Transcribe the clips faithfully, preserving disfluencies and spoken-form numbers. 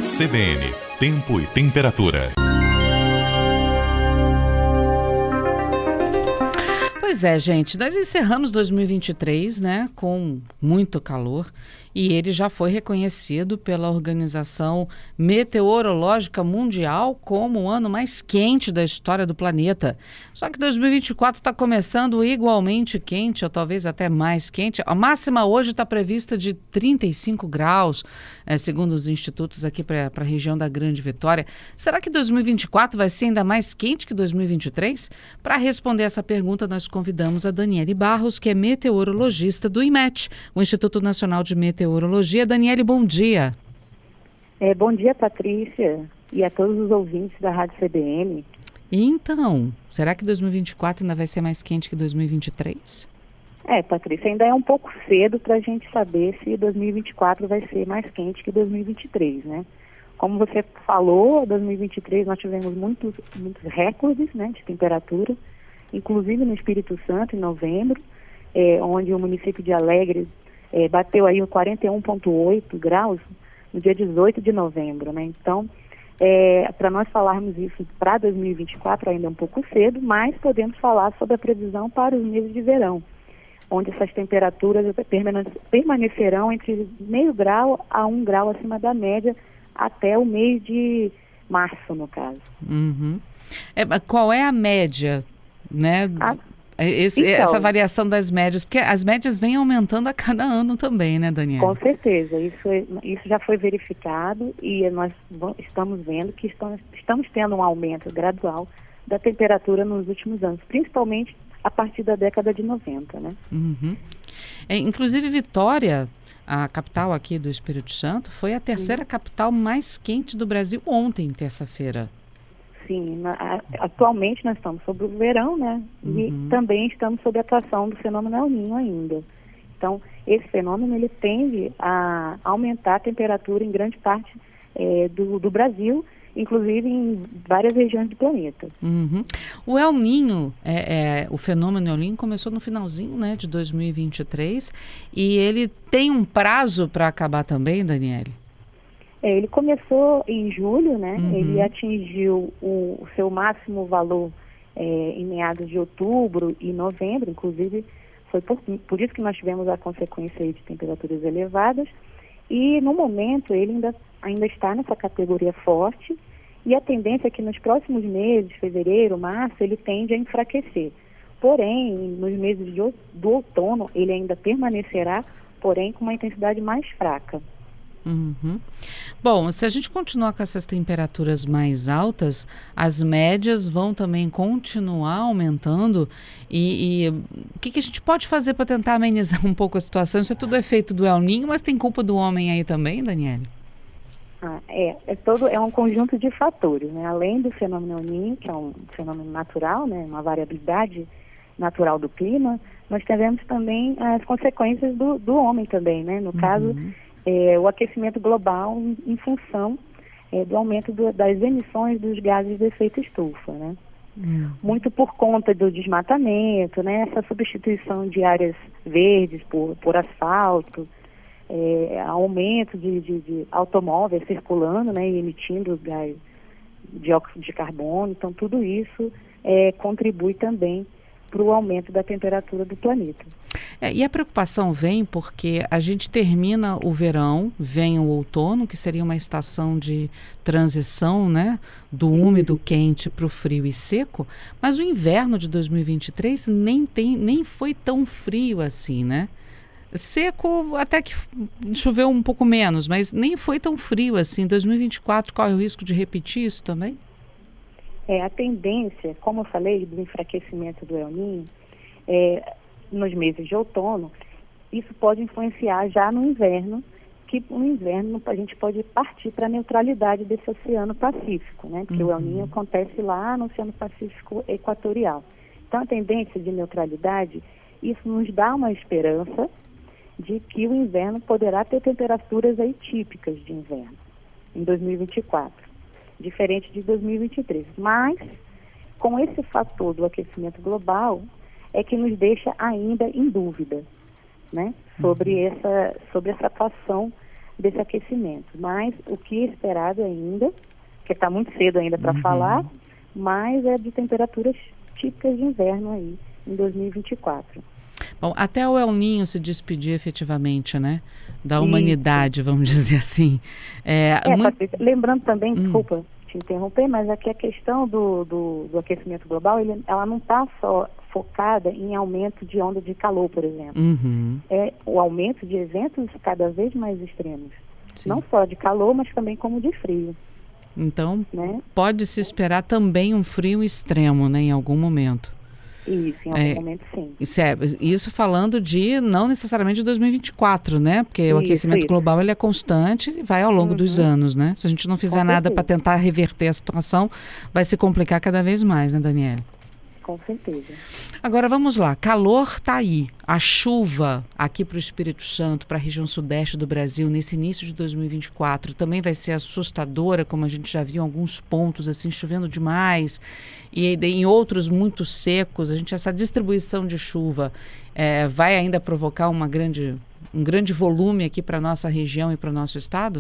C B N, tempo e temperatura. Pois é, gente, nós encerramos dois mil e vinte e três, né, com muito calor, e ele já foi reconhecido pela Organização Meteorológica Mundial como o ano mais quente da história do planeta. Só que dois mil e vinte e quatro está começando igualmente quente, ou talvez até mais quente. A máxima hoje está prevista de trinta e cinco graus, é, segundo os institutos aqui para a região da Grande Vitória. Será que dois mil e vinte e quatro vai ser ainda mais quente que dois mil e vinte e três? Para responder essa pergunta, nós convidamos a Daniele Barros, que é meteorologista do IMET, o Instituto Nacional de Meteorologia. Daniele, bom dia. É, bom dia, Patrícia, e a todos os ouvintes da Rádio C B N. Então, será que dois mil e vinte e quatro ainda vai ser mais quente que dois mil e vinte e três? É, Patrícia, ainda é um pouco cedo para a gente saber se dois mil e vinte e quatro vai ser mais quente que dois mil e vinte e três, né? Como você falou, dois mil e vinte e três nós tivemos muitos, muitos recordes, né, de temperatura, inclusive no Espírito Santo, em novembro, é, onde o município de Alegre é, bateu aí o quarenta e um vírgula oito graus no dia dezoito de novembro, né? Então, é, para nós falarmos isso para dois mil e vinte e quatro ainda é um pouco cedo, mas podemos falar sobre a previsão para os meses de verão, onde essas temperaturas permanecerão entre meio grau a um grau acima da média até o mês de março, no caso. Uhum. É, qual é a média, né? A, Esse, então, essa variação das médias, porque as médias vêm aumentando a cada ano também, né, Daniela? Com certeza, isso, é, isso já foi verificado e nós estamos vendo que estamos, estamos tendo um aumento gradual da temperatura nos últimos anos, principalmente a partir da década de noventa, né? Uhum. É, inclusive Vitória, a capital aqui do Espírito Santo, foi a terceira uhum. capital mais quente do Brasil ontem, terça-feira. Sim, na, a, atualmente nós estamos sobre o verão, né? Uhum. E também estamos sob a atuação do fenômeno El Niño ainda. Então, esse fenômeno, ele tende a aumentar a temperatura em grande parte é, do, do Brasil, inclusive em várias regiões do planeta. Uhum. O El Niño, é, é, o fenômeno El Niño começou no finalzinho, né, de dois mil e vinte e três e ele tem um prazo para acabar também, Daniele? É, ele começou em julho, né? Uhum. Ele atingiu o, o seu máximo valor é, em meados de outubro e novembro, inclusive foi por, por isso que nós tivemos a consequência aí de temperaturas elevadas, e no momento ele ainda, ainda está nessa categoria forte, e a tendência é que nos próximos meses, fevereiro, março, ele tende a enfraquecer. Porém, nos meses de, do outono, ele ainda permanecerá, porém com uma intensidade mais fraca. Uhum. Bom, se a gente continuar com essas temperaturas mais altas, as médias vão também continuar aumentando e, e o que, que a gente pode fazer para tentar amenizar um pouco a situação? Isso é tudo efeito do El Niño, mas tem culpa do homem aí também, Daniele? Ah, é, é, todo, é um conjunto de fatores, né? Além do fenômeno El Niño, que é um fenômeno natural, né? Uma variabilidade natural do clima, nós tivemos também as consequências do, do homem também, né? No uhum. caso, é, o aquecimento global em, em função é, do aumento do, das emissões dos gases de efeito estufa, né? Uhum. Muito por conta do desmatamento, né? Essa substituição de áreas verdes por, por asfalto, é, aumento de, de, de automóveis circulando, né? E emitindo gás, dióxido de carbono. Então, tudo isso é, contribui também para o aumento da temperatura do planeta. É, e a preocupação vem porque a gente termina o verão, vem o outono, que seria uma estação de transição, né, do úmido uhum. quente para o frio e seco, mas o inverno de dois mil e vinte e três nem, tem, nem foi tão frio assim, né? Seco até que choveu um pouco menos, mas nem foi tão frio assim. dois mil e vinte e quatro corre o risco de repetir isso também? É, a tendência, como eu falei, do enfraquecimento do El Niño, é, nos meses de outono, isso pode influenciar já no inverno, que no inverno a gente pode partir para a neutralidade desse Oceano Pacífico, né? Porque uhum. o El Niño acontece lá no Oceano Pacífico Equatorial. Então, a tendência de neutralidade, isso nos dá uma esperança de que o inverno poderá ter temperaturas aí típicas de inverno, em dois mil e vinte e quatro. Diferente de dois mil e vinte e três. Mas, com esse fator do aquecimento global, é que nos deixa ainda em dúvida, né? Sobre, uhum. essa, sobre essa atuação desse aquecimento. Mas o que é esperado ainda, que está muito cedo ainda para uhum. falar, mas é de temperaturas típicas de inverno aí, em dois mil e vinte e quatro. Bom, até o El Niño se despedir efetivamente, né? Da Isso. humanidade, vamos dizer assim. É, é, muito... Patrícia, lembrando também, hum. desculpa te interromper, mas aqui a questão do, do, do aquecimento global, ele, ela não está só focada em aumento de onda de calor, por exemplo. Uhum. É o aumento de eventos cada vez mais extremos. Sim. Não só de calor, mas também como de frio. Então, né? pode-se esperar também um frio extremo, né, em algum momento. Isso, em algum é, momento sim. Isso, é, isso falando de, não necessariamente de dois mil e vinte e quatro, né? Porque isso, o aquecimento isso. global ele é constante e vai ao longo uhum. dos anos, né? Se a gente não fizer Com nada para certeza. tentar reverter a situação, vai se complicar cada vez mais, né, Daniele? Com certeza. Agora vamos lá, calor está aí, a chuva aqui para o Espírito Santo, para a região sudeste do Brasil, nesse início de dois mil e vinte e quatro, também vai ser assustadora, como a gente já viu em alguns pontos, assim, chovendo demais, e em outros muito secos. A gente, essa distribuição de chuva é, vai ainda provocar uma grande, um grande volume aqui para a nossa região e para o nosso estado?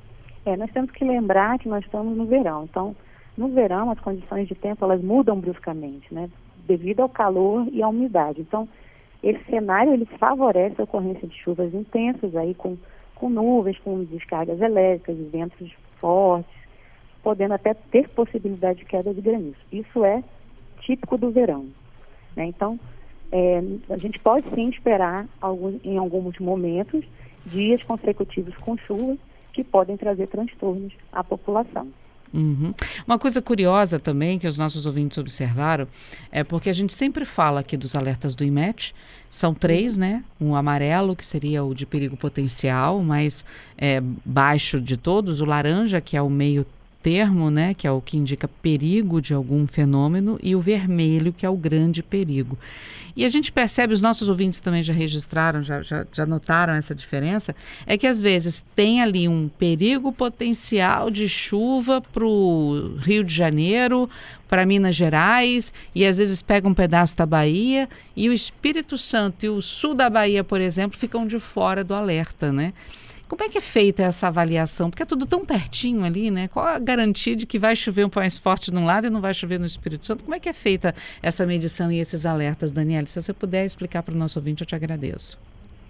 É, nós temos que lembrar que nós estamos no verão, então... No verão, as condições de tempo, elas mudam bruscamente, né? Devido ao calor e à umidade. Então, esse cenário, ele favorece a ocorrência de chuvas intensas, aí com, com nuvens, com descargas elétricas, ventos fortes, podendo até ter possibilidade de queda de granizo. Isso é típico do verão, né? Então, é, a gente pode sim esperar, alguns, em alguns momentos, dias consecutivos com chuvas que podem trazer transtornos à população. Uhum. Uma coisa curiosa também que os nossos ouvintes observaram é porque a gente sempre fala aqui dos alertas do IMET, são três, uhum. né? Um amarelo, que seria o de perigo potencial, mais é, baixo de todos, o laranja, que é o meio termo, né? Que é o que indica perigo de algum fenômeno, e o vermelho, que é o grande perigo. E a gente percebe, os nossos ouvintes também já registraram, já, já, já notaram essa diferença, é que às vezes tem ali um perigo potencial de chuva para o Rio de Janeiro, para Minas Gerais, e às vezes pega um pedaço da Bahia, e o Espírito Santo e o sul da Bahia, por exemplo, ficam de fora do alerta, né? Como é que é feita essa avaliação? Porque é tudo tão pertinho ali, né? Qual a garantia de que vai chover um pouco mais forte de um lado e não vai chover no Espírito Santo? Como é que é feita essa medição e esses alertas, Daniele? Se você puder explicar para o nosso ouvinte, eu te agradeço.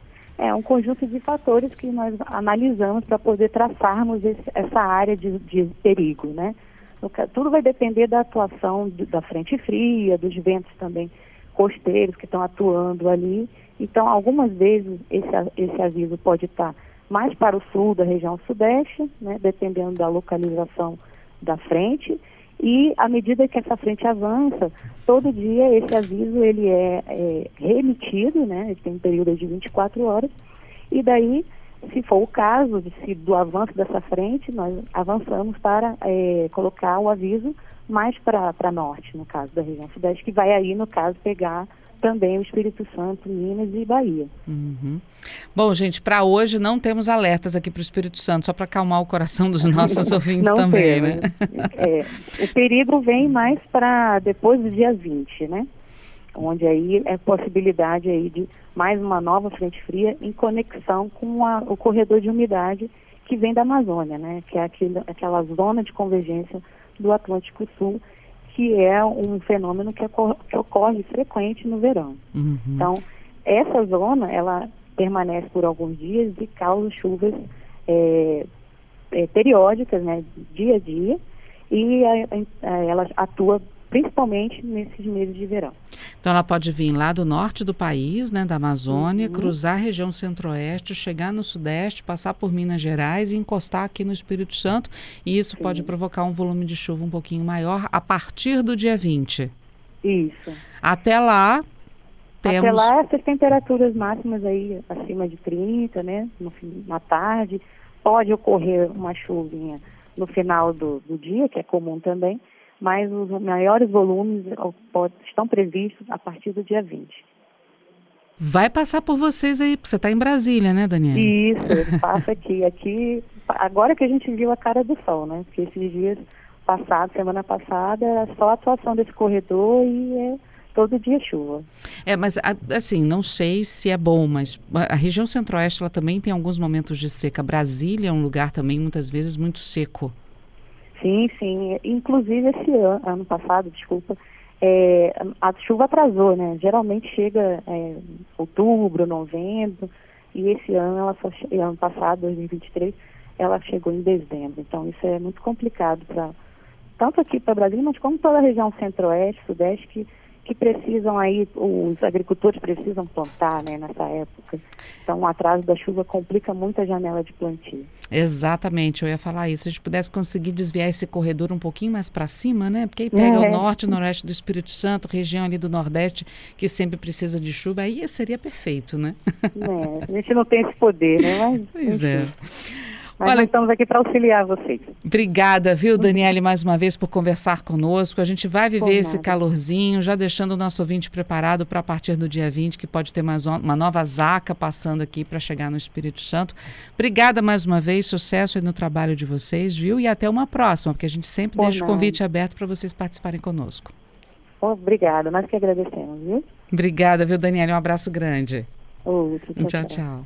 É um conjunto de fatores que nós analisamos para poder traçarmos esse, essa área de, de perigo, né? Tudo vai depender da atuação de, da frente fria, dos ventos também costeiros que estão atuando ali. Então, algumas vezes, esse, esse aviso pode estar mais para o sul da região sudeste, né, dependendo da localização da frente, e à medida que essa frente avança, todo dia esse aviso ele é, é remitido, né, ele tem um período de vinte e quatro horas, e daí, se for o caso de, se, do avanço dessa frente, nós avançamos para é, colocar o aviso mais para norte, no caso da região sudeste, que vai aí, no caso, pegar também o Espírito Santo, Minas e Bahia. Uhum. Bom, gente, para hoje não temos alertas aqui para o Espírito Santo, só para acalmar o coração dos nossos ouvintes não também, temos. né? É, o perigo vem mais para depois do dia vinte, né? Onde aí é possibilidade aí de mais uma nova frente fria em conexão com a, o corredor de umidade que vem da Amazônia, né? Que é aquele, aquela zona de convergência do Atlântico Sul, que é um fenômeno que ocorre, que ocorre frequente no verão. Uhum. Então, essa zona, ela permanece por alguns dias e causa chuvas é, é, periódicas, né, dia a dia, e a, a, ela atua principalmente nesses meses de verão. Então ela pode vir lá do norte do país, né, da Amazônia, uhum. cruzar a região centro-oeste, chegar no sudeste, passar por Minas Gerais e encostar aqui no Espírito Santo, e isso Sim. pode provocar um volume de chuva um pouquinho maior a partir do dia vinte. Isso. Até lá, temos... Até lá, essas temperaturas máximas aí acima de trinta, né, no, na tarde, pode ocorrer uma chuvinha no final do, do dia, que é comum também, mas os maiores volumes estão previstos a partir do dia vinte. Vai passar por vocês aí, porque você está em Brasília, né, Daniela? Isso, passa aqui. Aqui, agora que a gente viu a cara do sol, né? Porque esses dias passados, semana passada, era só a atuação desse corredor e é todo dia chuva. É, mas assim, não sei se é bom, mas a região centro-oeste ela também tem alguns momentos de seca. Brasília é um lugar também muitas vezes muito seco. Sim, sim. Inclusive esse ano, ano passado, desculpa, é, a chuva atrasou, né? Geralmente chega é, outubro, novembro, e esse ano, ela só, ano passado, dois mil e vinte e três, ela chegou em dezembro. Então isso é muito complicado para tanto aqui para Brasília, mas como toda a região centro-oeste, sudeste, que, que precisam aí, os agricultores precisam plantar, né, nessa época. Então o atraso da chuva complica muito a janela de plantio. Exatamente, eu ia falar isso. Se a gente pudesse conseguir desviar esse corredor um pouquinho mais para cima, né? Porque aí pega é. o norte e noroeste do Espírito Santo, região ali do Nordeste, que sempre precisa de chuva, aí seria perfeito, né? É, a gente não tem esse poder, né? Mas, pois enfim. é. Mas Olha, nós estamos aqui para auxiliar vocês. Obrigada, viu, Daniele, mais uma vez por conversar conosco. A gente vai viver esse calorzinho, já deixando o nosso ouvinte preparado para a partir do dia vinte, que pode ter mais uma nova zaca passando aqui para chegar no Espírito Santo. Obrigada mais uma vez, sucesso aí no trabalho de vocês, viu? E até uma próxima, porque a gente sempre Por deixa nada. o convite aberto para vocês participarem conosco. Obrigada, nós que agradecemos, viu? Obrigada, viu, Daniele? Um abraço grande. Outro, tchau, tchau. tchau.